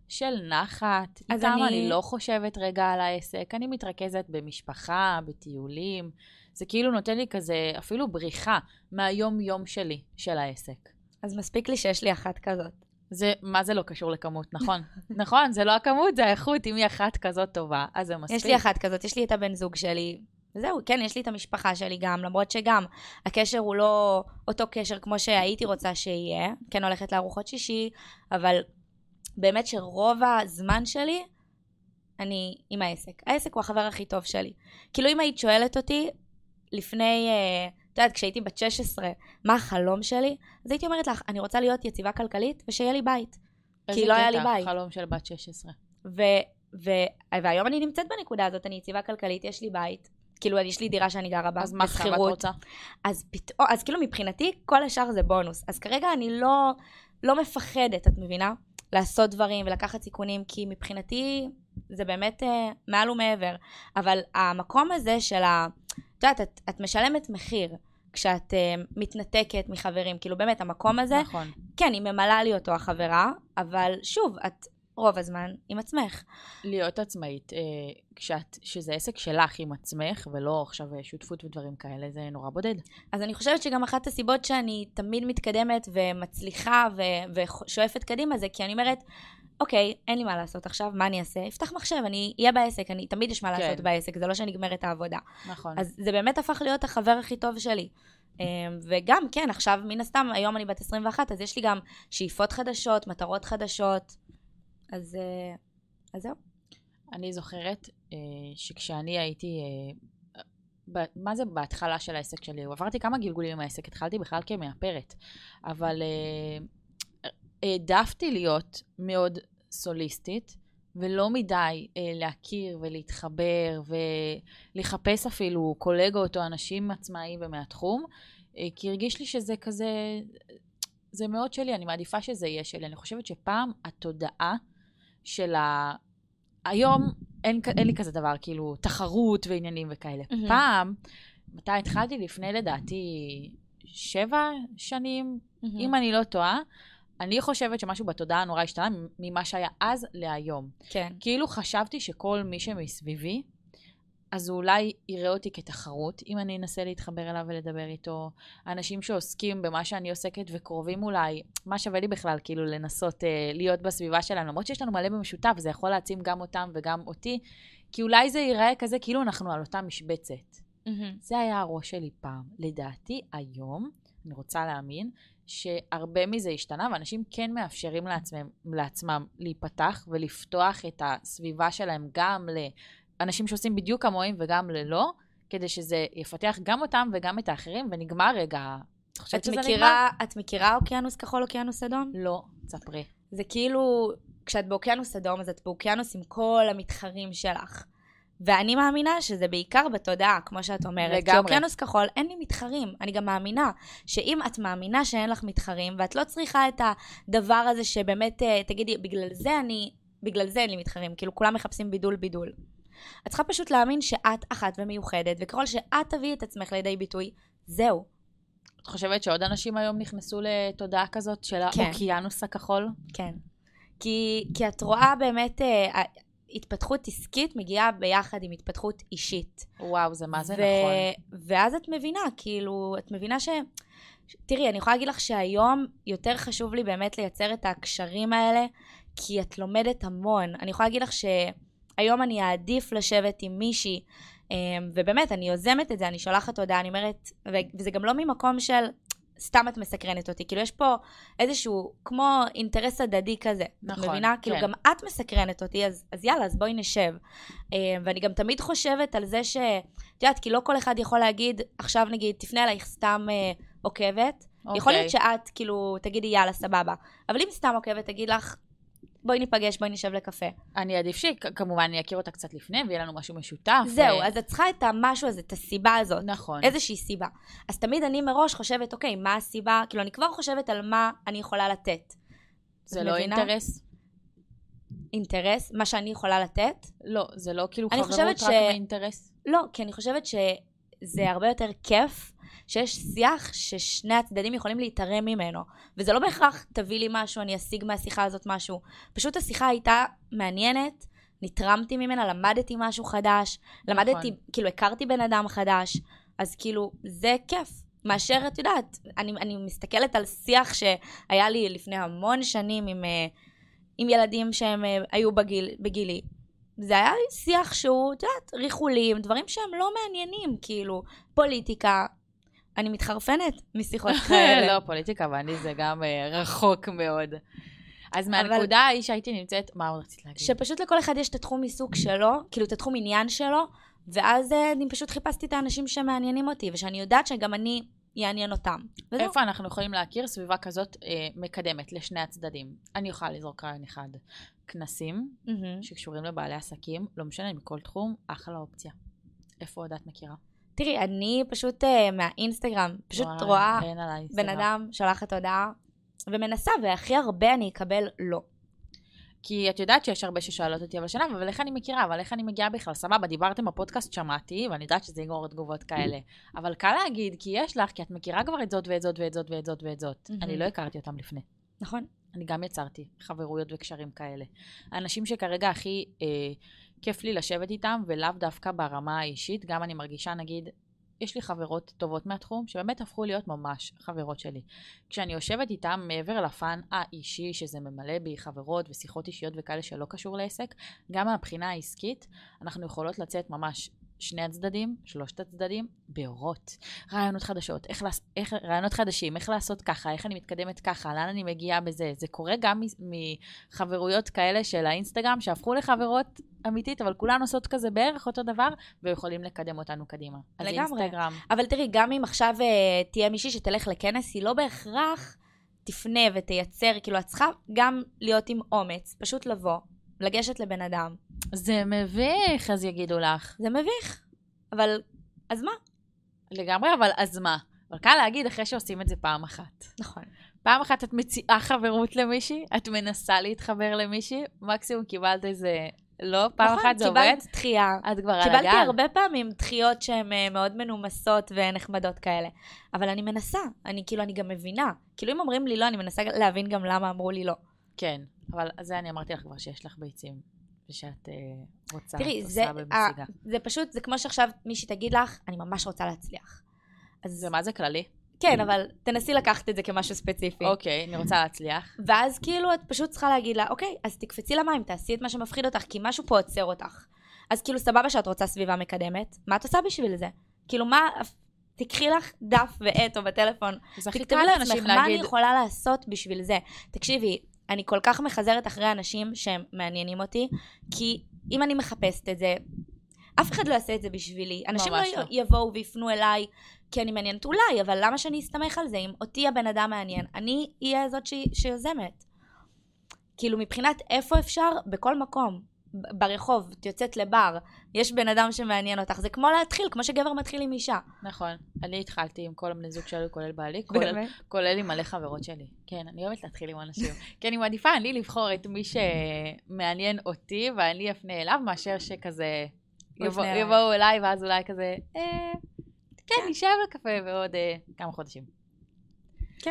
של נחת. איתם אני... אני לא חושבת רגע על העסק, אני מתרכזת במשפחה, בטיולים. זה כאילו נותן לי כזה, אפילו בריחה מהיום-יום שלי, של העסק. אז מספיק לי שיש לי אחת כזאת. זה, מה זה לא קשור לכמות, נכון? נכון, זה לא הכמות, זה האיכות. אם היא אחת כזאת טובה, אז זה מספיק. יש לי אחת כזאת, יש לי את הבן זוג שלי, וזהו, כן, יש לי את המשפחה שלי גם, למרות שגם הקשר הוא לא אותו קשר כמו שהייתי רוצה שיהיה, כן הולכת לארוחות שישי, אבל באמת שרוב הזמן שלי, אני עם העסק. העסק הוא החבר הכי טוב שלי. כאילו אם היית שואלת אותי, לפני, את יודעת, כשהייתי בת שש עשרה, מה החלום שלי? אז הייתי אומרת לך, אני רוצה להיות יציבה כלכלית, ושיהיה לי בית. כי לא היה לי בית. איזה קטע, חלום של בת שש עשרה. ו... ו... והיום אני נמצאת בנקודה הזאת, אני יציבה כלכלית, יש לי בית. כאילו, יש לי דירה שאני גרה בה. אז מה את רוצה? אז פתאום, אז כאילו מבחינתי, כל השאר זה בונוס. אז כרגע אני לא, לא מפחדת, את מבינה? לעשות דברים ולקחת סיכונים, כי מבחינתי זה באמת אה, מעל ומעבר. אבל המקום הזה של ה... את יודעת, את, את משלמת מחיר כשאת uh, מתנתקת מחברים, כאילו באמת המקום הזה, נכון. כן, היא ממלאה לי אותו החברה, אבל שוב, את רוב הזמן עם עצמך. להיות עצמאית, אה, כשאת, שזה עסק שלך עם עצמך, ולא עכשיו שותפות ודברים כאלה, זה נורא בודד. אז אני חושבת שגם אחת הסיבות שאני תמיד מתקדמת ומצליחה ו- ושואפת קדימה, זה כי אני אומרת, אוקיי, אין לי מה לעשות עכשיו, מה אני אעשה? אפתח מחשב, אני אהיה בעסק, אני תמיד יש מה כן. לעשות בעסק, זה לא שנגמרת העבודה. נכון. אז זה באמת הפך להיות החבר הכי טוב שלי. וגם, כן, עכשיו, מן הסתם, היום אני בת עשרים ואחת, אז יש לי גם שאיפות חדשות, מטרות חדשות, אז, אז זהו. אני זוכרת שכשאני הייתי, מה זה בהתחלה של העסק שלי? עברתי כמה גלגולים עם העסק, התחלתי בכלל כמאפרת, אבל העדפתי להיות מאוד סוליסטית, ולא מדי אה, להכיר ולהתחבר ולחפש אפילו קולגות או אנשים עצמאיים ומהתחום, אה, כי הרגיש לי שזה כזה, זה מאוד שלי, אני מעדיפה שזה יהיה שלי. אני חושבת שפעם התודעה של ה... היום אין, אין לי כזה דבר, כאילו תחרות ועניינים וכאלה. Mm-hmm. פעם, מתי התחלתי? לפני לדעתי שבע שנים, mm-hmm. אם אני לא טועה, אני חושבת שמשהו בתודעה נורא השתנה ממה שהיה אז להיום. כן. כאילו חשבתי שכל מי שמסביבי, אז הוא אולי יראה אותי כתחרות, אם אני אנסה להתחבר אליו ולדבר איתו. אנשים שעוסקים במה שאני עוסקת וקרובים אולי, מה שווה לי בכלל, כאילו לנסות אה, להיות בסביבה שלהם, למרות שיש לנו מלא במשותף, זה יכול להעצים גם אותם וגם אותי, כי אולי זה ייראה כזה כאילו אנחנו על אותה משבצת. Mm-hmm. זה היה הראש שלי פעם. לדעתי היום, אני רוצה להאמין, שהרבה מזה השתנה, ואנשים כן מאפשרים לעצמם, לעצמם להיפתח ולפתוח את הסביבה שלהם גם לאנשים שעושים בדיוק כמוהם וגם ללא, כדי שזה יפתח גם אותם וגם את האחרים, ונגמר רגע. את מכירה, את מכירה אוקיינוס כחול, אוקיינוס אדום? לא, ספרי. זה כאילו, כשאת באוקיינוס אדום, אז את באוקיינוס עם כל המתחרים שלך. ואני מאמינה שזה בעיקר בתודעה, כמו שאת אומרת. לגמרי. כי אוקיינוס כחול, אין לי מתחרים. אני גם מאמינה שאם את מאמינה שאין לך מתחרים, ואת לא צריכה את הדבר הזה שבאמת, תגידי, בגלל זה אני, בגלל זה אין לי מתחרים. כאילו, כולם מחפשים בידול בידול. את צריכה פשוט להאמין שאת אחת ומיוחדת, וככל שאת תביא את עצמך לידי ביטוי, זהו. את חושבת שעוד אנשים היום נכנסו לתודעה כזאת של כן. האוקיינוס הכחול? כן. כי, כי את רואה באמת... התפתחות עסקית מגיעה ביחד עם התפתחות אישית. וואו, זה מה זה ו- נכון. ואז את מבינה, כאילו, את מבינה ש... תראי, אני יכולה להגיד לך שהיום יותר חשוב לי באמת לייצר את הקשרים האלה, כי את לומדת המון. אני יכולה להגיד לך שהיום אני אעדיף לשבת עם מישהי, ובאמת, אני יוזמת את זה, אני שולחת הודעה, אני אומרת, וזה גם לא ממקום של... סתם את מסקרנת אותי, כאילו יש פה איזשהו, כמו אינטרס הדדי כזה, נכון, את מבינה? כן. כאילו גם את מסקרנת אותי, אז, אז יאללה, אז בואי נשב. ואני גם תמיד חושבת על זה ש, את יודעת, כי לא כל אחד יכול להגיד, עכשיו נגיד, תפנה עלייך סתם עוקבת, אוקיי. יכול להיות שאת, כאילו, תגידי יאללה, סבבה, אבל אם סתם עוקבת, תגיד לך, בואי ניפגש, בואי נשב לקפה. אני עדיף שכמובן אני אכיר אותה קצת לפני, ויהיה לנו משהו משותף. זהו, ו... אז את צריכה את המשהו הזה, את הסיבה הזאת. נכון. איזושהי סיבה. אז תמיד אני מראש חושבת, אוקיי, מה הסיבה? כאילו, אני כבר חושבת על מה אני יכולה לתת. זה לא מבינה? אינטרס? אינטרס? מה שאני יכולה לתת? לא, זה לא כאילו חברות רק ש... מאינטרס? לא, כי אני חושבת שזה הרבה יותר כיף שיש שיח ששני הצדדים יכולים להתערם ממנו. וזה לא בהכרח תביא לי משהו, אני אשיג מהשיחה הזאת משהו. פשוט השיחה הייתה מעניינת, נתרמתי ממנה, למדתי משהו חדש, למדתי, כאילו הכרתי בן אדם חדש, אז כאילו זה כיף. מאשר, את יודעת, אני, אני מסתכלת על שיח שהיה לי לפני המון שנים עם, עם ילדים שהם היו בגיל, בגילי. זה היה שיח שהוא, את יודעת, ריחולים, דברים שהם לא מעניינים, כאילו, פוליטיקה. אני מתחרפנת משיחות כאלה. לא, פוליטיקה ואני זה גם רחוק מאוד. אז מהנקודה ההיא שהייתי נמצאת, מה עוד רצית להגיד? שפשוט לכל אחד יש את התחום עיסוק שלו, כאילו את התחום עניין שלו, ואז אני פשוט חיפשתי את האנשים שמעניינים אותי, ושאני יודעת שגם אני יעניין אותם. איפה אנחנו יכולים להכיר סביבה כזאת אה, מקדמת לשני הצדדים? אני יכולה לזרוק רעיון אחד. כנסים mm-hmm. שקשורים לבעלי עסקים, לא משנה, מכל תחום, אחלה אופציה. איפה עוד את מכירה? תראי, אני פשוט אה, מהאינסטגרם, פשוט וואי, רואה בן אדם שלחת הודעה, ומנסה, והכי הרבה אני אקבל לא. כי את יודעת שיש הרבה ששואלות אותי, אבל שנה, אבל איך אני מכירה, אבל איך אני מגיעה בכלל? סבבה, דיברתם בפודקאסט, שמעתי, ואני יודעת שזה יגרור תגובות כאלה. אבל קל להגיד, כי יש לך, כי את מכירה כבר את זאת ואת זאת ואת זאת ואת זאת ואת זאת. אני לא הכרתי אותם לפני. נכון. אני גם יצרתי חברויות וקשרים כאלה. האנשים שכרגע הכי אה, כיף לי לשבת איתם, ולאו דווקא ברמה האישית, גם אני מרגישה, נגיד, יש לי חברות טובות מהתחום, שבאמת הפכו להיות ממש חברות שלי. כשאני יושבת איתם מעבר לפן האישי, שזה ממלא בי חברות ושיחות אישיות וכאלה שלא קשור לעסק, גם מהבחינה העסקית, אנחנו יכולות לצאת ממש שני הצדדים, שלושת הצדדים, באורות. רעיונות חדשות, איך, איך, רעיונות חדשים, איך לעשות ככה, איך אני מתקדמת ככה, לאן אני מגיעה בזה. זה קורה גם מחברויות כאלה של האינסטגרם, שהפכו לחברות אמיתית, אבל כולן עושות כזה בערך אותו דבר, ויכולים לקדם אותנו קדימה. לגמרי. אז אינסטגרם. אבל תראי, גם אם עכשיו uh, תהיה מישהי שתלך לכנס, היא לא בהכרח תפנה ותייצר, כאילו את צריכה גם להיות עם אומץ, פשוט לבוא, לגשת לבן אדם. זה מביך, אז יגידו לך. זה מביך, אבל אז מה? לגמרי, אבל אז מה? אבל קל להגיד אחרי שעושים את זה פעם אחת. נכון. פעם אחת את מציעה חברות למישהי, את מנסה להתחבר למישהי, מקסימום קיבלת איזה, לא, פעם נכון, אחת זה עובד. נכון, קיבלת דחייה. את כבר על הגל. קיבלתי הרבה פעמים דחיות שהן מאוד מנומסות ונחמדות כאלה. אבל אני מנסה, אני כאילו, אני גם מבינה. כאילו אם אומרים לי לא, אני מנסה להבין גם למה אמרו לי לא. כן, אבל זה אני אמרתי לך כבר שיש לך ביצים. ושאת uh, רוצה, תראי, עושה זה, במשיגה. זה פשוט, זה כמו שעכשיו מישהי תגיד לך, אני ממש רוצה להצליח. אז זה מה זה כללי? כן, אבל תנסי לקחת את זה כמשהו ספציפי. אוקיי, אני רוצה להצליח. ואז כאילו את פשוט צריכה להגיד לה, אוקיי, אז תקפצי למים, תעשי את מה שמפחיד אותך, כי משהו פה עוצר אותך. אז כאילו סבבה שאת רוצה סביבה מקדמת, מה את עושה בשביל זה? כאילו מה, תקחי לך דף ועט או בטלפון, תכתבי לעצמך מה אני יכולה לעשות בשביל זה. תקשיבי, אני כל כך מחזרת אחרי אנשים שהם מעניינים אותי, כי אם אני מחפשת את זה, אף אחד לא יעשה את זה בשבילי. אנשים לא, לא יבואו ויפנו אליי, כי אני מעניינת אולי, אבל למה שאני אסתמך על זה? אם אותי הבן אדם מעניין, אני אהיה זאת ש... שיוזמת. כאילו מבחינת איפה אפשר? בכל מקום. ברחוב, את יוצאת לבר, יש בן אדם שמעניין אותך. זה כמו להתחיל, כמו שגבר מתחיל עם אישה. נכון. אני התחלתי עם כל הבני זוג שלי, כולל בעלי, כולל, כולל עם מלא חברות שלי. כן, אני אוהבת להתחיל עם אנשים. כי אני מעדיפה, אני לבחור את מי שמעניין אותי, ואני אפנה אליו, מאשר שכזה יבוא, יבואו אליי, ואז אולי כזה, אה, כן, נשב לקפה בעוד אה, כמה חודשים. כן.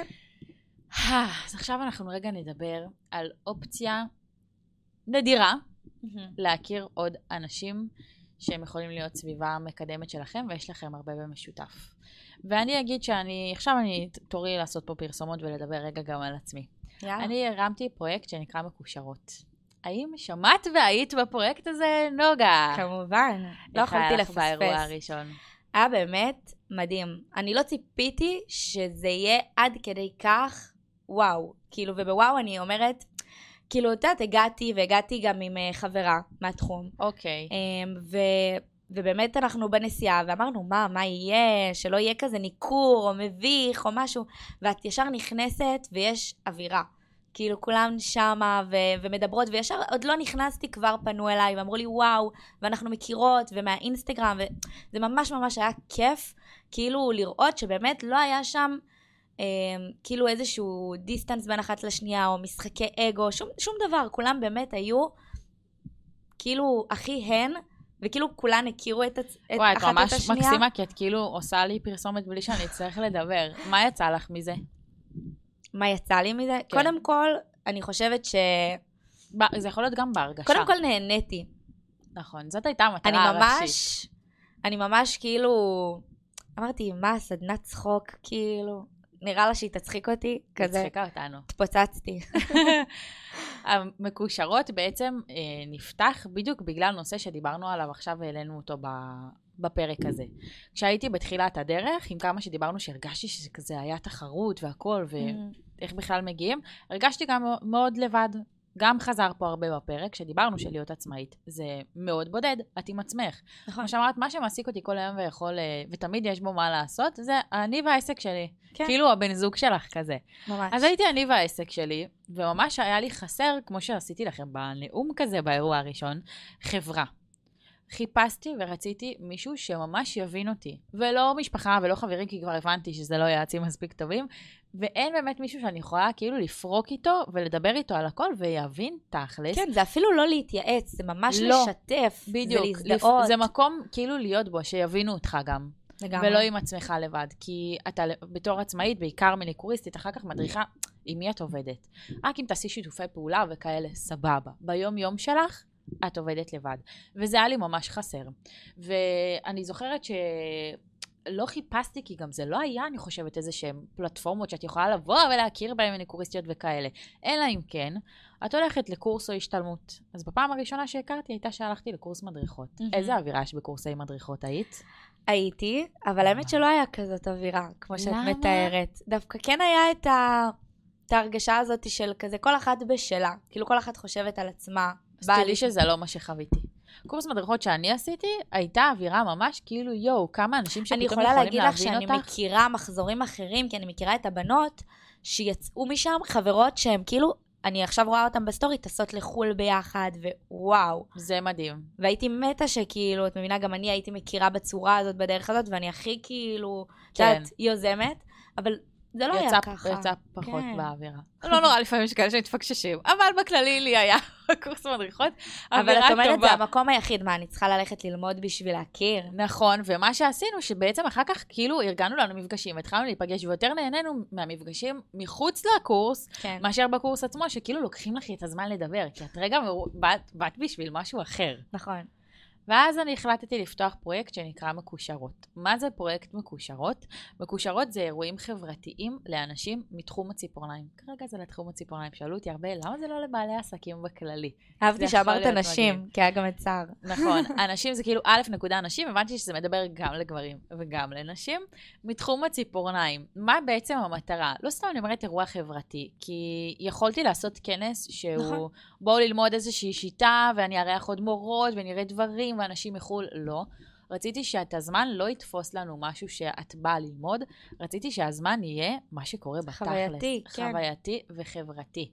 אז עכשיו אנחנו רגע נדבר על אופציה נדירה, להכיר עוד אנשים שהם יכולים להיות סביבה מקדמת שלכם, ויש לכם הרבה במשותף. ואני אגיד שאני, עכשיו אני תורי לעשות פה פרסומות ולדבר רגע גם על עצמי. יאללה. אני הרמתי פרויקט שנקרא מקושרות. האם שמעת והיית בפרויקט הזה, נוגה? כמובן, לא יכולתי לפספס. באירוע הראשון. היה באמת מדהים. אני לא ציפיתי שזה יהיה עד כדי כך, וואו. כאילו, ובוואו אני אומרת, כאילו, את יודעת, הגעתי, והגעתי גם עם חברה מהתחום. אוקיי. ו... ובאמת אנחנו בנסיעה, ואמרנו, מה, מה יהיה? שלא יהיה כזה ניכור, או מביך, או משהו. ואת ישר נכנסת, ויש אווירה. כאילו, כולם שמה, ו... ומדברות, וישר עוד לא נכנסתי, כבר פנו אליי, ואמרו לי, וואו, ואנחנו מכירות, ומהאינסטגרם, וזה ממש ממש היה כיף, כאילו, לראות שבאמת לא היה שם, כאילו איזשהו דיסטנס בין אחת לשנייה, או משחקי אגו, שום, שום דבר, כולם באמת היו כאילו הכי הן, וכאילו כולן הכירו את, את וואי, את אחת את ממש השנייה. מקסימה, כי את כאילו עושה לי פרסומת בלי שאני אצטרך לדבר. מה יצא לך מזה? מה יצא לי מזה? כן. קודם כל, אני חושבת ש... ב... זה יכול להיות גם בהרגשה. קודם כל נהניתי. נכון, זאת הייתה המטרה הראשית. ממש, אני ממש כאילו, אמרתי, מה, סדנת צחוק, כאילו, נראה לה שהיא תצחיק אותי, כזה. תצחיקה אותנו. התפוצצתי. המקושרות בעצם אה, נפתח בדיוק בגלל נושא שדיברנו עליו עכשיו והעלינו אותו ב... בפרק הזה. כשהייתי בתחילת הדרך, עם כמה שדיברנו שהרגשתי שזה היה תחרות והכל, ואיך בכלל מגיעים, הרגשתי גם מאוד לבד. גם חזר פה הרבה בפרק, שדיברנו של להיות עצמאית. זה מאוד בודד, את עם עצמך. נכון. כמו שאמרת, מה שמעסיק אותי כל היום ויכול, ותמיד יש בו מה לעשות, זה אני והעסק שלי. כן. כאילו הבן זוג שלך כזה. ממש. אז הייתי אני והעסק שלי, וממש היה לי חסר, כמו שעשיתי לכם בנאום כזה, באירוע הראשון, חברה. חיפשתי ורציתי מישהו שממש יבין אותי. ולא משפחה ולא חברים, כי כבר הבנתי שזה לא יעצים מספיק טובים, ואין באמת מישהו שאני יכולה כאילו לפרוק איתו ולדבר איתו על הכל ויבין תכלס. כן, זה אפילו לא להתייעץ, זה ממש לא, לשתף. בדיוק, ולהזדהות. זה מקום כאילו להיות בו, שיבינו אותך גם. לגמרי. ולא עם עצמך לבד, כי אתה בתור עצמאית, בעיקר מניקוריסטית, אחר כך מדריכה, עם מי את עובדת? רק אם תעשי שיתופי פעולה וכאלה, סבבה. ביום יום שלך, את עובדת לבד. וזה היה לי ממש חסר. ואני זוכרת שלא חיפשתי, כי גם זה לא היה, אני חושבת, איזה שהן פלטפורמות שאת יכולה לבוא ולהכיר בהן מניקוריסטיות וכאלה. אלא אם כן, את הולכת לקורס או השתלמות. אז בפעם הראשונה שהכרתי הייתה שהלכתי לקורס מדריכות. Mm-hmm. איזה אווירה יש בקורסי מדריכות היית? הייתי, אבל האמת שלא היה כזאת אווירה, כמו שאת מתארת. דווקא כן היה את ה... את ההרגשה הזאת של כזה, כל אחת בשלה. כאילו כל אחת חושבת על עצמה. סתילי שזה לא מה שחוויתי. קורס מדריכות שאני עשיתי, הייתה אווירה ממש כאילו, יואו, כמה אנשים שפתאום יכולים להבין אותך. אני יכולה להגיד לך שאני מכירה מחזורים אחרים, כי אני מכירה את הבנות שיצאו משם, חברות שהן כאילו, אני עכשיו רואה אותן בסטורי, טסות לחול ביחד, ווואו. זה מדהים. והייתי מתה שכאילו, את מבינה, גם אני הייתי מכירה בצורה הזאת, בדרך הזאת, ואני הכי כאילו, כן. יודעת, יוזמת, אבל... זה לא יצא, היה ככה. יצא פחות כן. באווירה. לא נורא לפעמים יש כאלה שמתפקששים, אבל בכללי לי היה קורס מדריכות. אבל את אומרת, זה המקום היחיד, מה, אני צריכה ללכת ללמוד בשביל להכיר? נכון, ומה שעשינו, שבעצם אחר כך כאילו ארגנו לנו מפגשים, התחלנו להיפגש, ויותר נהנינו מהמפגשים מחוץ לקורס, כן. מאשר בקורס עצמו, שכאילו לוקחים לך את הזמן לדבר, כי את רגע באת, באת בשביל משהו אחר. נכון. ואז אני החלטתי לפתוח פרויקט שנקרא מקושרות. מה זה פרויקט מקושרות? מקושרות זה אירועים חברתיים לאנשים מתחום הציפורניים. כרגע זה לתחום הציפורניים. שאלו אותי הרבה, למה זה לא לבעלי עסקים בכללי? אהבתי שאמרת אנשים, כי היה גם את צער. נכון, אנשים זה כאילו א' נקודה אנשים, הבנתי שזה מדבר גם לגברים וגם לנשים, מתחום הציפורניים. מה בעצם המטרה? לא סתם אני אומרת אירוע חברתי, כי יכולתי לעשות כנס שהוא, נכון. בואו ללמוד איזושהי שיטה, ואני אראה עוד מורות, ונראה דברים, ואנשים מחול, לא. רציתי שאת הזמן לא יתפוס לנו משהו שאת באה ללמוד, רציתי שהזמן יהיה מה שקורה בתכלס. חווייתי, כן. חווייתי וחברתי.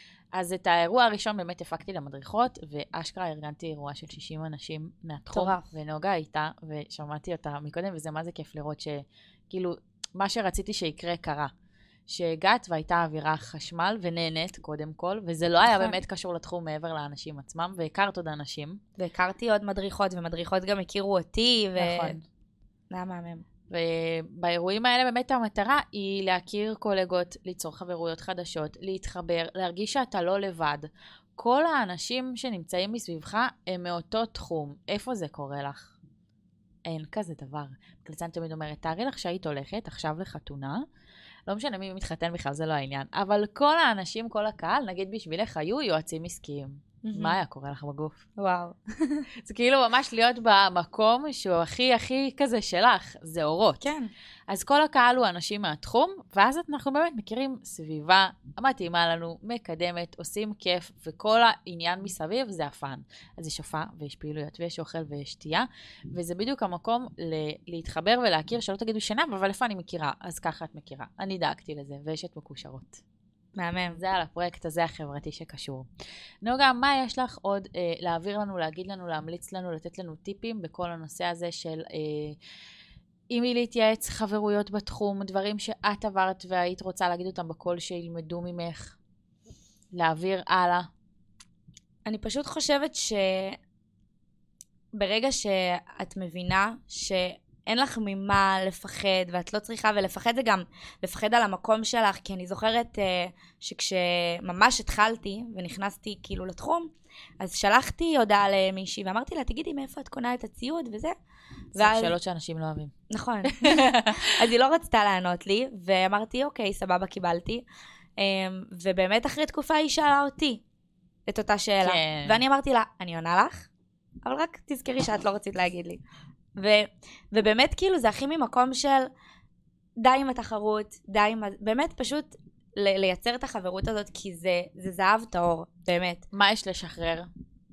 אז את האירוע הראשון באמת הפקתי למדריכות, ואשכרה ארגנתי אירוע של שישים אנשים מהתחום, טורף. ונוגה איתה, ושמעתי אותה מקודם, וזה מה זה כיף לראות שכאילו, מה שרציתי שיקרה קרה. שהגעת והייתה אווירה חשמל ונהנית קודם כל, וזה לא היה באמת קשור לתחום מעבר לאנשים עצמם, והכרת עוד אנשים. והכרתי עוד מדריכות, ומדריכות גם הכירו אותי, ו... נכון. זה היה מהמם. ובאירועים האלה באמת המטרה היא להכיר קולגות, ליצור חברויות חדשות, להתחבר, להרגיש שאתה לא לבד. כל האנשים שנמצאים מסביבך הם מאותו תחום. איפה זה קורה לך? אין כזה דבר. קלצן תמיד אומרת, תארי לך שהיית הולכת עכשיו לחתונה, לא משנה מי מתחתן בכלל, זה לא העניין. אבל כל האנשים, כל הקהל, נגיד בשבילך, היו יועצים עסקיים. מה היה קורה לך בגוף? וואו. זה כאילו ממש להיות במקום שהוא הכי הכי כזה שלך, זה אורות. כן. אז כל הקהל הוא אנשים מהתחום, ואז אנחנו באמת מכירים סביבה מתאימה לנו, מקדמת, עושים כיף, וכל העניין מסביב זה הפן. אז יש הופעה, ויש פעילויות, ויש אוכל, ויש שתייה, וזה בדיוק המקום להתחבר ולהכיר, שלא תגידו שנה, אבל איפה אני מכירה? אז ככה את מכירה. אני דאגתי לזה, ויש את מקושרות. מהמם. זה על הפרויקט הזה החברתי שקשור. נוגה, מה יש לך עוד אה, להעביר לנו, להגיד לנו, להמליץ לנו, לתת לנו טיפים בכל הנושא הזה של אה, אם היא להתייעץ חברויות בתחום, דברים שאת עברת והיית רוצה להגיד אותם בכל שילמדו ממך, להעביר הלאה? אני פשוט חושבת ש... ברגע שאת מבינה שאין לך ממה לפחד, ואת לא צריכה, ולפחד זה גם לפחד על המקום שלך, כי אני זוכרת שכשממש התחלתי ונכנסתי כאילו לתחום, אז שלחתי הודעה למישהי ואמרתי לה, תגידי מאיפה את קונה את הציוד וזה. זה ואז... שאלות שאנשים לא אוהבים. נכון. אז היא לא רצתה לענות לי, ואמרתי, אוקיי, סבבה, קיבלתי. ובאמת אחרי תקופה היא שאלה אותי את אותה שאלה. כן. ואני אמרתי לה, אני עונה לך, אבל רק תזכרי שאת לא רצית להגיד לי. ו- ובאמת כאילו זה הכי ממקום של די עם התחרות, די עם... באמת פשוט ל- לייצר את החברות הזאת, כי זה, זה זהב טהור, באמת. מה יש לשחרר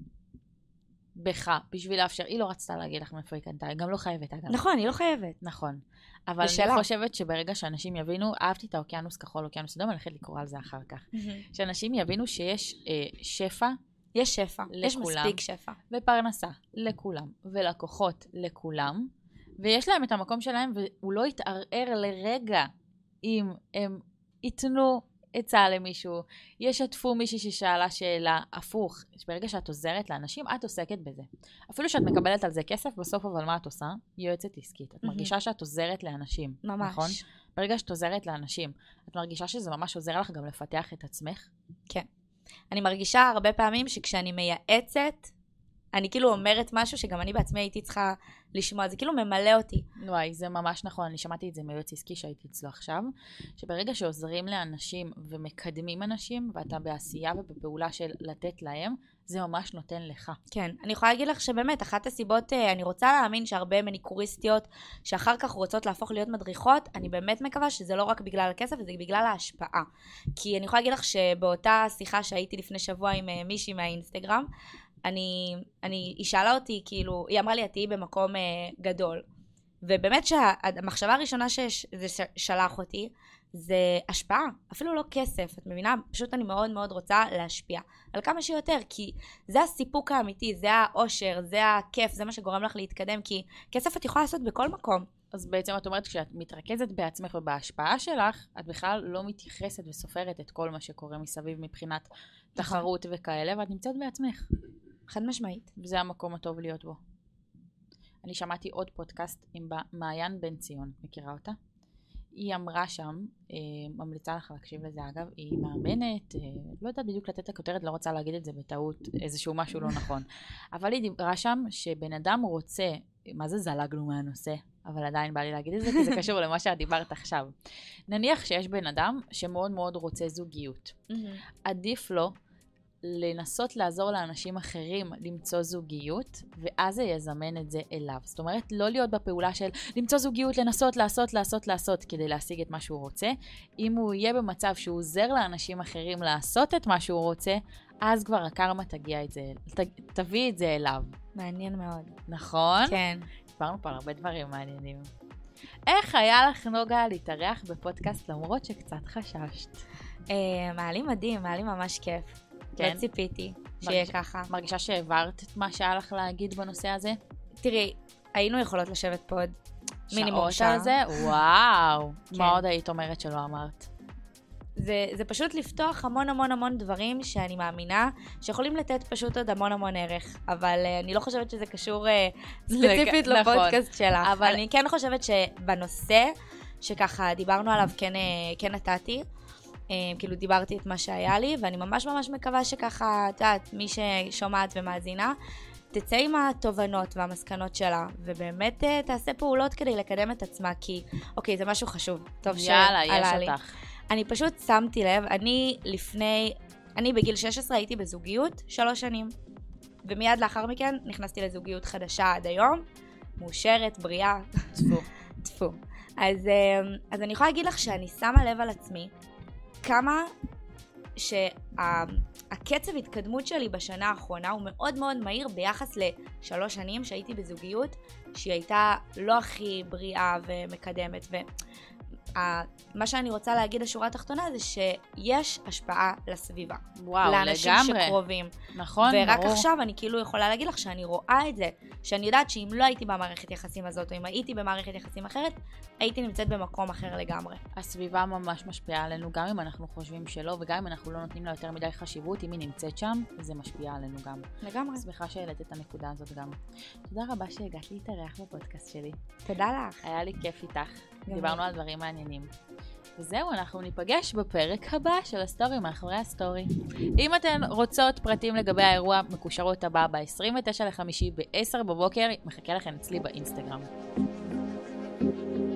בך בשביל לאפשר? היא לא רצתה להגיד לך מאיפה היא קנתה, היא גם לא חייבת אגב. נכון, היא לא חייבת. נכון. אבל בשאלה. אני חושבת שברגע שאנשים יבינו, אהבתי את האוקיינוס כחול, אוקיינוס אדום, אני הולכת לקרוא על זה אחר כך. Mm-hmm. שאנשים יבינו שיש אה, שפע, יש שפע, לכולם, יש מספיק שפע. ופרנסה לכולם, ולקוחות לכולם, ויש להם את המקום שלהם, והוא לא יתערער לרגע אם הם ייתנו עצה למישהו, ישתפו מישהי ששאלה שאלה, הפוך, ברגע שאת עוזרת לאנשים, את עוסקת בזה. אפילו שאת מקבלת על זה כסף, בסוף אבל מה את עושה? יועצת עסקית. את מרגישה שאת עוזרת לאנשים, ממש. נכון? ברגע שאת עוזרת לאנשים, את מרגישה שזה ממש עוזר לך גם לפתח את עצמך? כן. אני מרגישה הרבה פעמים שכשאני מייעצת, אני כאילו אומרת משהו שגם אני בעצמי הייתי צריכה לשמוע, זה כאילו ממלא אותי. וואי, זה ממש נכון, אני שמעתי את זה מיועץ עסקי שהייתי אצלו עכשיו, שברגע שעוזרים לאנשים ומקדמים אנשים, ואתה בעשייה ובפעולה של לתת להם, זה ממש נותן לך. כן, אני יכולה להגיד לך שבאמת, אחת הסיבות, אני רוצה להאמין שהרבה מניקוריסטיות, שאחר כך רוצות להפוך להיות מדריכות, אני באמת מקווה שזה לא רק בגלל הכסף, זה בגלל ההשפעה. כי אני יכולה להגיד לך שבאותה שיחה שהייתי לפני שבוע עם מישהי מהאינסטגרם, אני, אני, היא שאלה אותי, כאילו, היא אמרה לי, את תהיי במקום אה, גדול. ובאמת שהמחשבה הראשונה שזה שלח אותי, זה השפעה, אפילו לא כסף, את מבינה? פשוט אני מאוד מאוד רוצה להשפיע על כמה שיותר, כי זה הסיפוק האמיתי, זה האושר, זה הכיף, זה מה שגורם לך להתקדם, כי כסף את יכולה לעשות בכל מקום. אז בעצם את אומרת, כשאת מתרכזת בעצמך ובהשפעה שלך, את בכלל לא מתייחסת וסופרת את כל מה שקורה מסביב מבחינת תחרות וכאלה, ואת נמצאת בעצמך. חד משמעית. וזה המקום הטוב להיות בו. אני שמעתי עוד פודקאסט עם מעיין בן ציון, מכירה אותה? היא אמרה שם, אה, ממליצה לך להקשיב לזה אגב, היא מאמנת, אה, לא יודעת בדיוק לתת את הכותרת, לא רוצה להגיד את זה בטעות, איזשהו משהו לא נכון. אבל היא דיברה שם שבן אדם רוצה, מה זה זלגנו מהנושא? אבל עדיין בא לי להגיד את זה, כי זה קשור למה שאת דיברת עכשיו. נניח שיש בן אדם שמאוד מאוד רוצה זוגיות. עדיף לו לנסות לעזור לאנשים אחרים למצוא זוגיות, ואז זה יזמן את זה אליו. זאת אומרת, לא להיות בפעולה של למצוא זוגיות, לנסות, לעשות, לעשות, לעשות, כדי להשיג את מה שהוא רוצה. אם הוא יהיה במצב שהוא עוזר לאנשים אחרים לעשות את מה שהוא רוצה, אז כבר הקרמה תגיע את זה, ת, תביא את זה אליו. מעניין מאוד. נכון? כן. דיברנו פה על הרבה דברים מעניינים. איך היה לך נוגה להתארח בפודקאסט למרות שקצת חששת? מעלים מדהים, מעלים ממש כיף. כן. לא ציפיתי שיהיה ככה. מרגישה שהעברת את מה שהיה לך להגיד בנושא הזה? תראי, היינו יכולות לשבת פה עוד מינימום שעה. שעות על זה? וואו. כן. מה עוד היית אומרת שלא אמרת? זה, זה פשוט לפתוח המון המון המון דברים שאני מאמינה שיכולים לתת פשוט עוד המון המון ערך, אבל uh, אני לא חושבת שזה קשור uh, ספציפית נכון. לפודקאסט שלך. אבל אני כן חושבת שבנושא שככה דיברנו עליו כן, uh, כן נתתי, uh, כאילו דיברתי את מה שהיה לי, ואני ממש ממש מקווה שככה, את יודעת, מי ששומעת ומאזינה, תצא עם התובנות והמסקנות שלה, ובאמת uh, תעשה פעולות כדי לקדם את עצמה, כי אוקיי, זה משהו חשוב. טוב יאללה, יש לי. אותך. אני פשוט שמתי לב, אני לפני, אני בגיל שש עשרה הייתי בזוגיות שלוש שנים, ומיד לאחר מכן נכנסתי לזוגיות חדשה עד היום, מאושרת, בריאה. תפו. תפו. אז, אז אני יכולה להגיד לך שאני שמה לב על עצמי, כמה שהקצב התקדמות שלי בשנה האחרונה הוא מאוד מאוד מהיר ביחס לשלוש שנים שהייתי בזוגיות, שהיא הייתה לא הכי בריאה ומקדמת, ו... מה שאני רוצה להגיד לשורה התחתונה זה שיש השפעה לסביבה. וואו, לאנשים לגמרי. שקרובים. נכון, ורק ברור. עכשיו אני כאילו יכולה להגיד לך שאני רואה את זה, שאני יודעת שאם לא הייתי במערכת יחסים הזאת, או אם הייתי במערכת יחסים אחרת, הייתי נמצאת במקום אחר לגמרי. הסביבה ממש משפיעה עלינו, גם אם אנחנו חושבים שלא, וגם אם אנחנו לא נותנים לה יותר מדי חשיבות, אם היא נמצאת שם, זה משפיע עלינו גם. לגמרי. שמחה שהעלית את הנקודה הזאת גם. תודה רבה שהגעת להתארח בפודקאסט שלי. תודה לך. היה לי כיף איתך. גם דיברנו על דברים מעניינים. וזהו, אנחנו ניפגש בפרק הבא של הסטורי מאחורי הסטורי. אם אתן רוצות פרטים לגבי האירוע, מקושרות הבא ב-עשרים ותשעה לחמישי ב-עשר בבוקר, מחכה לכן אצלי באינסטגרם.